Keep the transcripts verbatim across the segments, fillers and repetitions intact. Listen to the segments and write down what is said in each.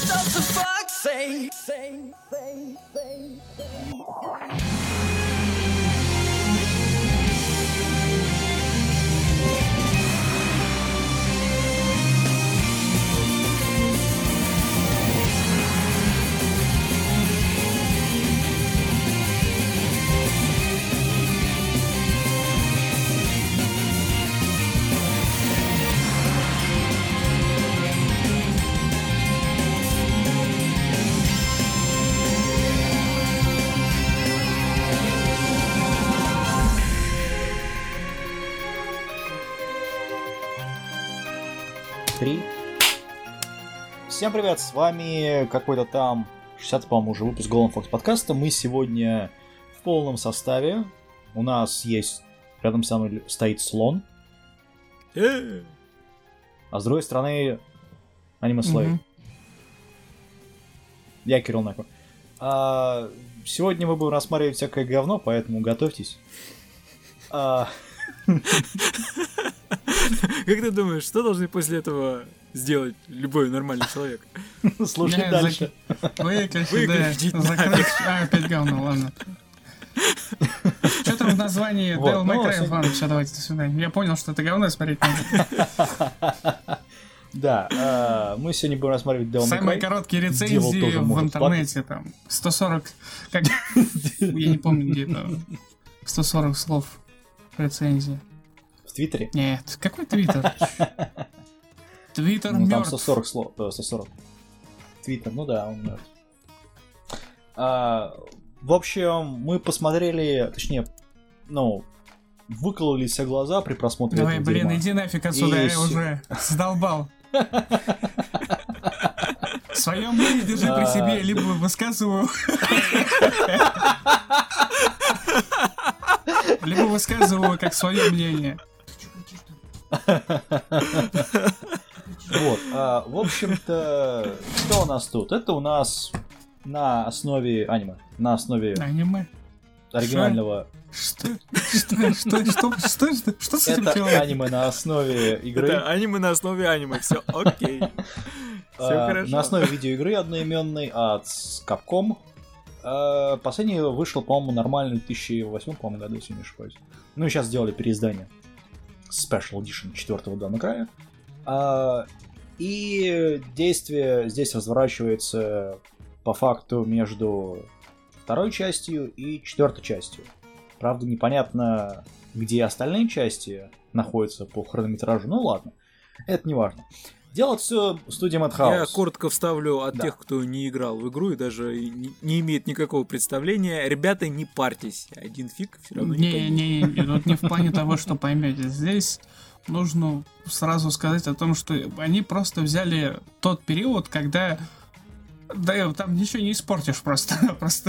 does the fox say? Say, say, say, say. Три. Всем привет, с вами какой-то там шестидесятый, по-моему, уже выпуск Golden Fox подкаста. Мы сегодня в полном составе. У нас есть, рядом со мной стоит слон. А с другой стороны Аниме Слейв. Mm-hmm. Я Кирилл Нако. А, сегодня мы будем рассматривать всякое говно, поэтому готовьтесь. А... Как ты думаешь, что должны после этого сделать любой нормальный человек? Слушай дальше. Выключить, да. Закрыть. А, опять говно, ладно. Что там в названии Devil May Cry? Ладно, все, давайте до свидания. Я понял, что это говно, смотреть надо. Да, мы сегодня будем рассматривать Devil May Cry. Самые короткие рецензии в интернете, там, сто сорок... Я не помню, где это. сто сорок слов рецензии. В Твиттере? Нет, какой Твиттер? Твиттер ну, мертв. Там сто сорок слов, сто сорок. Твиттер, ну да, он мертв. А, в общем, мы посмотрели, точнее, ну, выкололи все глаза при просмотре Давай, этого блин, дерьма. иди нафиг отсюда, И я уже задолбал. Свое мнение держи при себе, либо высказываю... Либо высказываю как свое мнение. Вот, а, в общем-то, что у нас тут? Это у нас на основе аниме, на основе аниме оригинального. Что? Что? Что? Что? Что? Что? Что с этим делать? Это аниме на основе игры. Это аниме на основе аниме. Все окей. Все хорошо. На основе видеоигры одноименной от Capcom. Последний вышел, по-моему, нормально в две тысячи восьмом, по-моему, году, если не ошибаюсь. Ну и сейчас сделали переиздание Special Edition четвертого Devil May Cry. А, и действие здесь разворачивается по факту между второй частью и четвертой частью. Правда, непонятно, где остальные части находятся по хронометражу. Ну ладно, это не важно. Делать все студия Madhouse. Я коротко вставлю от да. тех, кто не играл в игру и даже не, не имеет никакого представления. Ребята, не парьтесь. Один фиг все равно не поймете. Не-не-не, тут не в плане того, что поймете. Здесь нужно сразу сказать о том, что они просто взяли тот период, когда... Да, там ничего не испортишь просто. просто.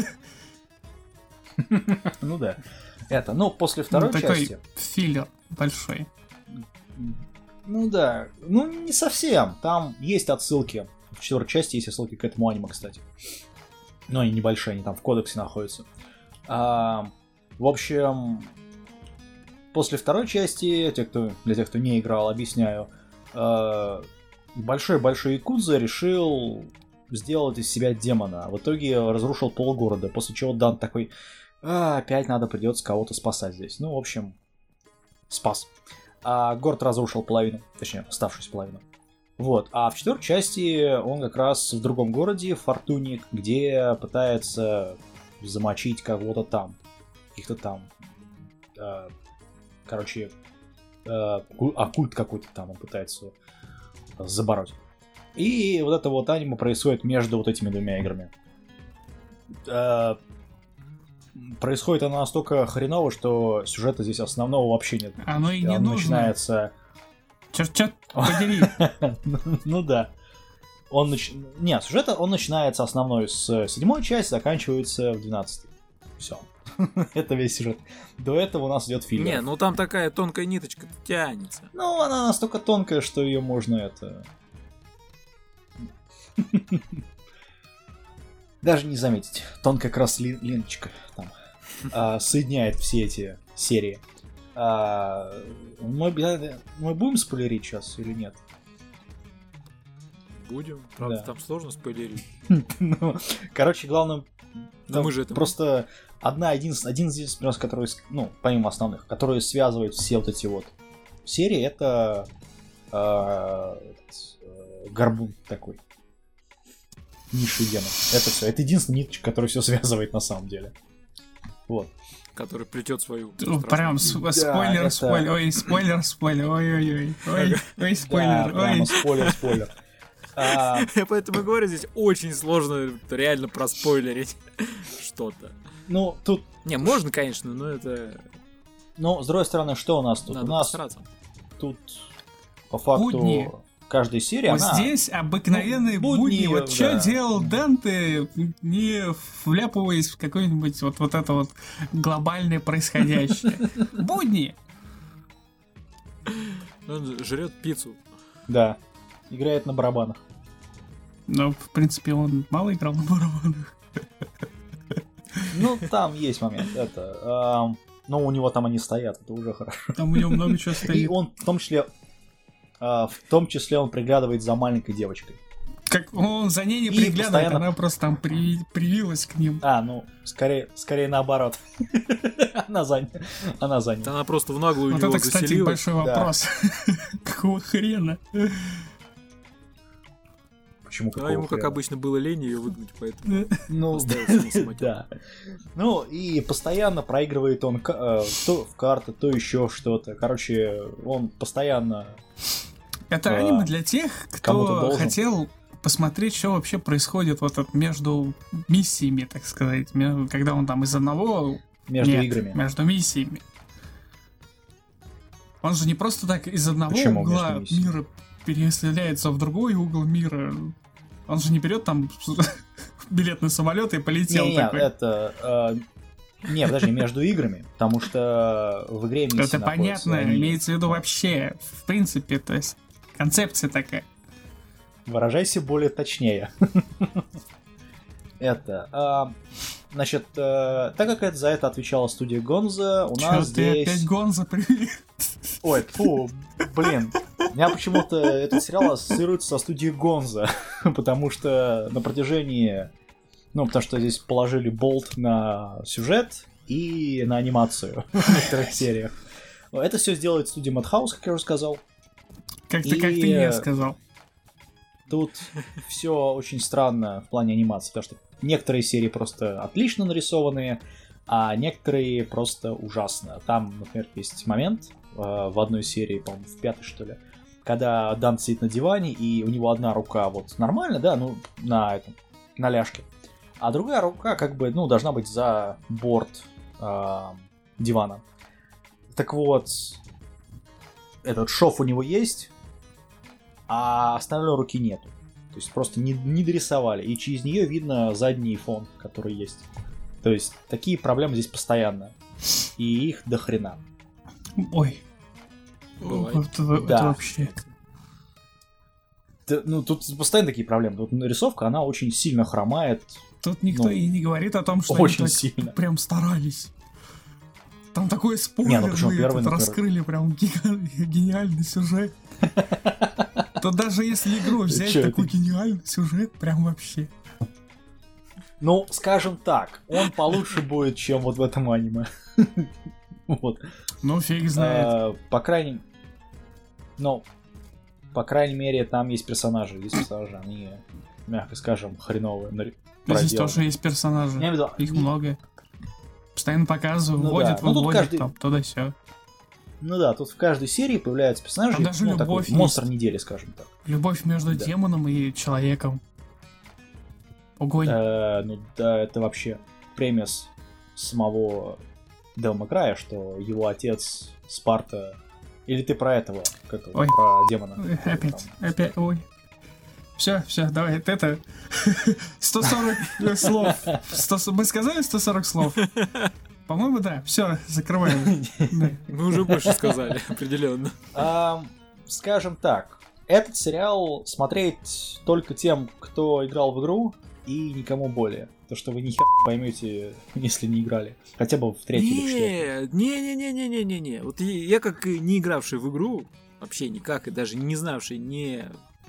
Ну да. Это, ну, после второй ну, части... Такой филлер большой. Ну да, ну не совсем. Там есть отсылки. В четвертой части есть отсылки к этому аниме, кстати. Но они небольшие, они там в кодексе находятся. А, в общем, после второй части, те, кто, для тех, кто не играл, объясняю, а, большой-большой якудза решил сделать из себя демона. А в итоге разрушил полгорода, после чего Дан такой, а, опять надо, придется кого-то спасать здесь. Ну, в общем, спас. А город разрушил половину, точнее, оставшуюся половину. Вот. А в четвертой части он как раз в другом городе, в Фортуне, где пытается замочить кого-то там. Каких-то там. Э, короче, э, оккульт какой-то там он пытается забороть. И вот это вот аниме происходит между вот этими двумя играми. Э, Происходит оно настолько хреново, что сюжета здесь основного вообще нет. Оно и не Он нужно. начинается... Чёрт, чёрт, подери. Ну да. Он нач... Нет, сюжет он начинается основной с седьмой части, заканчивается в двенадцатой. Все. Это весь сюжет. До этого у нас идет фильм. Не, ну там такая тонкая ниточка тянется. Ну, она настолько тонкая, что ее можно это... Даже не заметить. Тонкая как раз ли, ленточка там а, соединяет все эти серии. А, мы, мы будем спойлерить сейчас или нет? Будем. Правда, Да. там сложно спойлерить. Ну, короче, главное... Да ну, мы же это- Просто одна, один, один из персонажей, который, с- ну, помимо основных, которые связывают все вот эти вот серии, это э, этот, э, горбун такой. Низший демон. Это все. Это единственный ниточка, который все связывает на самом деле. Вот. Который плетет свою... Ну, Прям с- Да, спойлер, это- спойлер, ой, спойлер, спойлер, ой-ой-ой, ой, ой, Да, спойлер, прямо ой. спойлер, спойлер. А, Я поэтому и говорю, здесь очень сложно реально проспойлерить что-то. ну, тут, Не, можно, конечно, но это... ну, с другой стороны, что у нас тут? Надо У нас постараться. тут, по факту, Будни. каждая серия, Вот она... здесь обыкновенные ну, будни, будни. Вот да. что делал Данте, не вляпываясь в какое-нибудь вот, вот это вот глобальное происходящее. Будни. Он жрет пиццу. Да, играет на барабанах. Но, в принципе, он мало играл на барабанах. Ну, там есть момент, это... ам, но у него там они стоят, это уже хорошо. Там у него много чего И стоит. он, в том числе, а, в том числе он приглядывает за маленькой девочкой. Как он за ней не И приглядывает, постоянно- она просто там при- привилась к ним. А, ну, скорее, скорее наоборот. Она за, она за ним. Она просто в наглую Вот него это, кстати, заселилась. большой Да. вопрос. Какого хрена? Почему А какого ему, как хрена? обычно, было лень ее выгнать, поэтому... Ну, Оставил себе самотек. да. Ну, и постоянно проигрывает он ка- э, то в карты, то еще что-то. Короче, он постоянно... Это А, аниме для тех, кому-то кто должен. хотел посмотреть, что вообще происходит вот это между миссиями, так сказать, ме- когда он там из одного... Между Нет, играми. между миссиями. Он же не просто так из одного Почему угла между миссиями? мира переселяется в другой угол мира. Он же не берет там билет на самолет и полетел Не, не, такой. это... э, не, подожди, между играми, потому что в игре миссии Это находятся, понятно, они- имеется в виду вообще, в принципе, то есть концепция такая. Выражайся более точнее. Это... а, Значит, э, так как это, за это отвечала студия Гонза, у Чё нас ты здесь... опять Гонза привели? Ой, фу, блин. У меня почему-то этот сериал ассоциируется со студией Гонза, потому что на протяжении... Ну, потому что здесь положили болт на сюжет и на анимацию в некоторых сериях. Это все сделает студия Madhouse, как я уже сказал. Как ты, И- как ты не сказал. Тут все очень странно в плане анимации, потому что некоторые серии просто отлично нарисованные, а некоторые просто ужасно. Там, например, есть момент э, в одной серии, по-моему, в пятой, что ли, когда Дан сидит на диване, и у него одна рука вот нормально, да, ну, на этом, на ляжке, а другая рука как бы, ну, должна быть за борт э, дивана. Так вот, этот шов у него есть, а остальной руки нету. То есть просто не, не дорисовали. И через нее видно задний фон, который есть. То есть такие проблемы здесь постоянно. И их до хрена. Ой. Бывает. Вот это, это Да. вообще. Т- Ну, тут постоянно такие проблемы. Тут нарисовка, она очень сильно хромает. Тут никто Ну, и не говорит о том, что очень они так сильно. прям старались. Там такой Не, спойлер, ну почему мы первый, тут ну, первый. раскрыли прям гига- гениальный сюжет. То даже если игру взять, Чё такой это? гениальный сюжет, прям вообще. Ну, скажем так, он получше будет, чем вот в этом аниме. Вот. Ну, фиг знает. А, По крайней... Ну, по крайней мере, там есть персонажи. Здесь персонажи, они, мягко скажем, хреновые. нари- Здесь проделаны. тоже есть персонажи. Я имею в виду, Их много. Постоянно показывают, Ну вводят, да. Ну, тут выводят, каждый- там, туда-сё. Ну да, тут в каждой серии появляются персонажи, Там даже ну, такой любовь монстр есть. недели, скажем так. Любовь между Да. демоном и человеком. Огонь. Э, ну да, это вообще премис самого Devil May Cry, что его отец Спарта... Или ты про этого, как его, Ой. про демона? Ой, Опять, опять, ой. Все, все, давай, это сто сорок слов. сто Мы сказали сто сорок слов? По-моему, да. Все, закрываем. Да. Мы уже больше сказали, определенно. Ам, Скажем так, этот сериал смотреть только тем, кто играл в игру, и никому более. То, что вы ни хера не поймете, если не играли. Хотя бы в третий или в четвертый. Не, не, не, не, не, не, не. Вот я, я как и не игравший в игру, вообще никак, и даже не знавший ни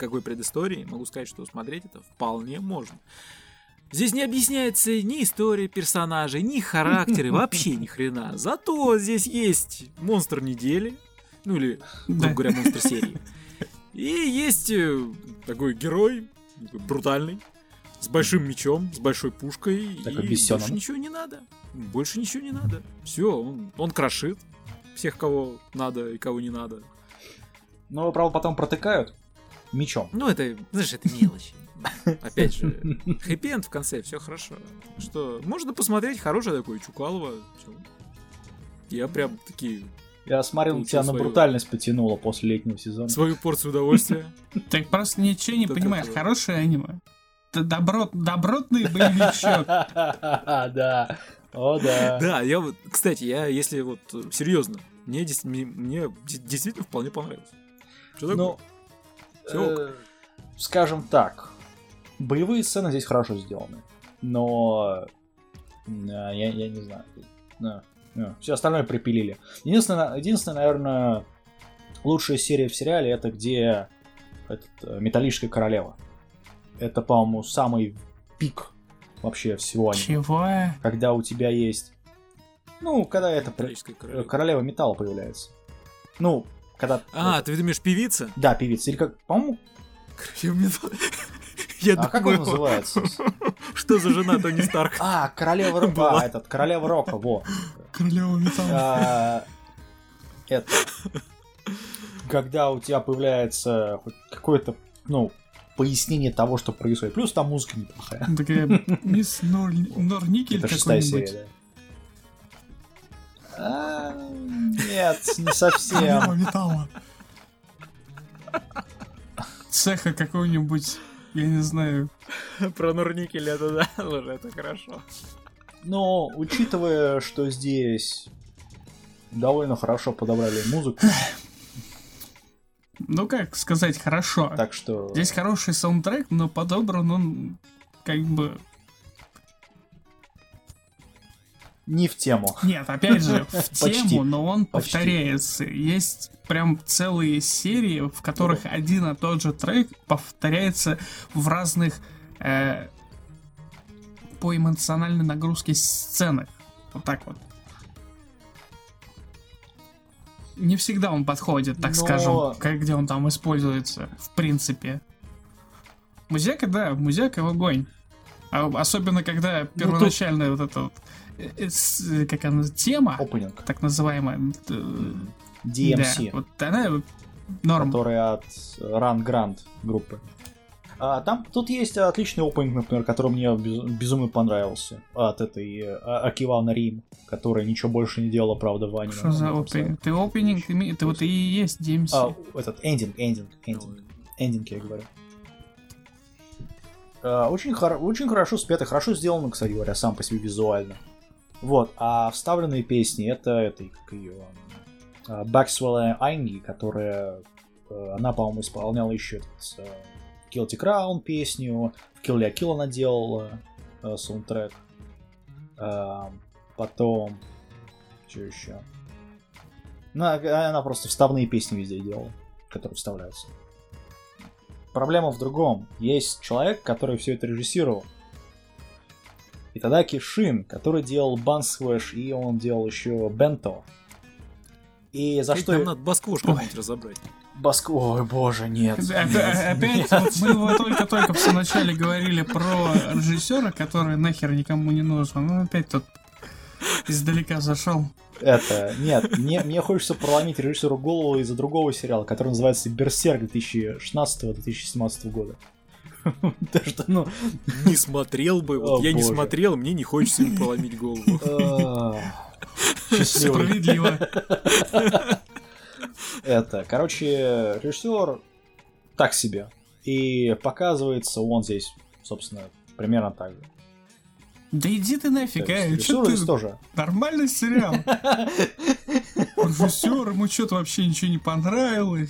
никакой предыстории, могу сказать, что смотреть это вполне можно. Здесь не объясняется ни история персонажей, ни характеры, вообще ни хрена. Зато здесь есть монстр недели, ну или, грубо говоря, монстр серии. И есть такой герой, брутальный, с большим мечом, с большой пушкой, так, и больше ничего не надо. Больше ничего не надо. Все, он, он крошит всех, кого надо и кого не надо. Но, правда, потом протыкают мечом. Ну, это, знаешь, это мелочи. Опять же, хэппи-энд в конце, все хорошо. Что, можно посмотреть, хорошее такое Чукалово. Всё. Я прям такие... Я смотрел, тебя на брутальность потянуло после летнего сезона. Свою порцию удовольствия. Так просто ничего не понимаешь. Хорошее аниме. Добротный боевичок. Да. О, да. Да, я вот, кстати, я, если вот серьезно, мне действительно вполне понравилось. Что такое? Ну, скажем так, боевые сцены здесь хорошо сделаны, но я, я не знаю, no, no. Все остальное припилили. Единственное, единственное, наверное, лучшая серия в сериале это где этот, Металлическая королева. Это, по-моему, самый пик вообще всего аниме. Чего? Когда у тебя есть, ну, когда это королева. королева металла появляется. Ну, когда. А, это... ты думаешь певица? Да, певица. Или как, по-моему. Я а думаю, как он называется? Что за жена Тони Старк? А, королева рока. А, этот, королева рока, во. Королева металла. А, это. Когда у тебя появляется хоть какое-то, ну, пояснение того, что происходит. Плюс там музыка неплохая. Такая мисс Норникель это шестая какой-нибудь. Серия, да. А, нет, не совсем. Королева металла. Цеха какого-нибудь, я не знаю. Про Норникель это да, уже это хорошо. Но, учитывая, что здесь довольно хорошо подобрали музыку. Ну, как сказать, хорошо. Так что... Здесь хороший саундтрек, но подобран он как бы... Не в тему. Нет, опять же, в Почти. тему, но он Почти. повторяется. Есть прям целые серии, в которых один и тот же трек повторяется в разных э, по эмоциональной нагрузке сценах. Вот так вот. Не всегда он подходит, так Но... скажем, как, где он там используется, в принципе. Музяка, да, музяка в огонь. А, особенно, когда первоначальная ну, тут... вот эта вот, э, э, как она, тема, Opening. так называемая, ди эм си. да, вот она норм. Которая от Run Grand группы. А, там, тут есть отличный опенинг, например, который мне без, безумно понравился. От этой а, Акивана Рим, которая ничего больше не делала, правда, в аниме. Что за опенинг? Ты опенинг, ты, ты вот и есть ди эм си. А, этот, эндинг, эндинг, эндинг. Эндинг, я говорю. А, очень, хор- очень хорошо спето, хорошо сделано, кстати говоря, сам по себе визуально. Вот, а вставленные песни, это, это как ее... Баксвелла Айнги, которая... Она, по-моему, исполняла еще этот... Guilty Crown песню, в Kill la Kill она делала э, саундтрек. Э, потом... Что еще? Ну, она просто вставные песни везде делала, которые вставляются. Проблема в другом. Есть человек, который все это режиссировал. Итадаки Шин, который делал Бансвэш, и он делал еще Бенто. И за что... Нам надо Басквош как-нибудь разобрать. Баск... Ой, боже, нет. Опять, вот мы вот только-только в начале говорили про режиссера, который нахер никому не нужен. Ну, опять тут издалека зашел. Это, нет, мне, мне хочется проломить режиссеру голову из-за другого сериала, который называется «Берсерк» две тысячи шестнадцатого - две тысячи семнадцатого года. Так что, ну... Не смотрел бы, вот я не смотрел, мне не хочется им проломить голову. Справедливо. Это, короче, режиссер так себе. И показывается он здесь, собственно, примерно так же. Да иди ты нафиг, а, режиссер здесь тоже. Нормальный сериал. Режиссер, ему что-то вообще ничего не понравилось.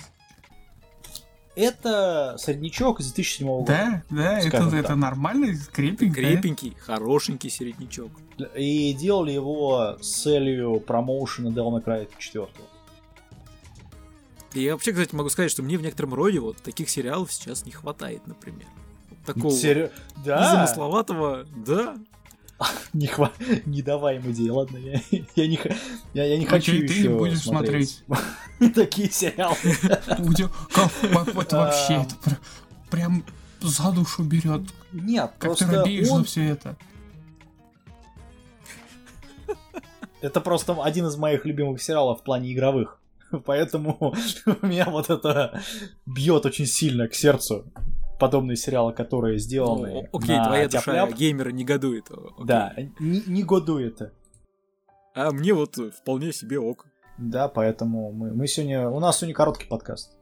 Это среднячок из две тысячи седьмого года. Да, да, это, это нормальный, крепенький. Крепенький, хорошенький середнячок. И делали его с целью промоушена Devil May Cry четыре. И я вообще, кстати, могу сказать, что мне в некотором роде вот таких сериалов сейчас не хватает, например. Вот такого Сери- Да? незамысловатого, да. Не, хва... не давай им идеи, ладно? Я, я не, х- я, я не хочу Окей, ты еще не будешь смотреть такие сериалы. Где- как- вот- Вот вообще, А. это пр- прям за душу берет. Нет, Как ты просто робеешь он... за все это. Это просто один из моих любимых сериалов в плане игровых. Поэтому меня вот это бьет очень сильно к сердцу. Подобные сериалы, которые сделаны Ну, окей, на твоя душа тяп-ляп. геймера негодует. окей. Да, не, не годует это. А мне вот вполне себе ок. Да, поэтому мы, мы сегодня... У нас сегодня короткий подкаст.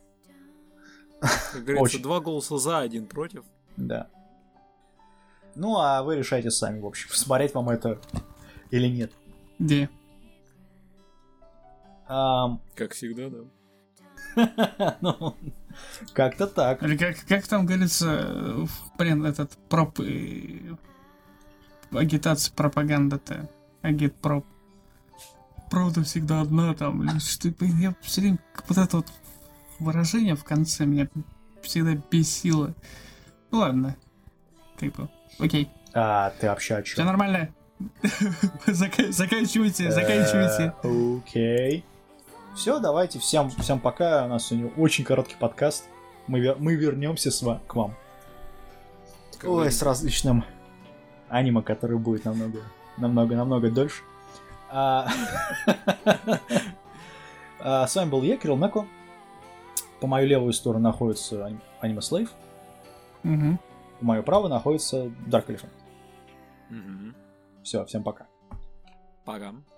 Как говорится, Очень. два голоса за, один против. Да. Ну, а вы решайте сами, в общем, смотреть вам это или нет. Где? Ам, Как всегда, да. ну, как-то так. Или как, как там говорится, э, блин, этот проп... э, агитация, пропаганда-то. Агитпроп. Правда всегда одна там. или Что, блин, я все время... Вот это вот выражение в конце меня всегда бесило. Ну ладно. Как бы, окей. А ты вообще о Все чем? нормально. Зака- Заканчивайте, заканчивайте. Э, Окей. Все, давайте. Всем, всем пока. У нас сегодня очень короткий подкаст. Мы, вер- мы вернемся с ва- к вам. Как Ой, бы, с различным аниме, который будет намного, намного, намного дольше. А, а, С вами был я, Кирилл Неко. По мою левую сторону находится аним- Аниме Слейв. Мгм. По мою правую находится Dark Elephant. Мгм. Все, всем пока. Пока.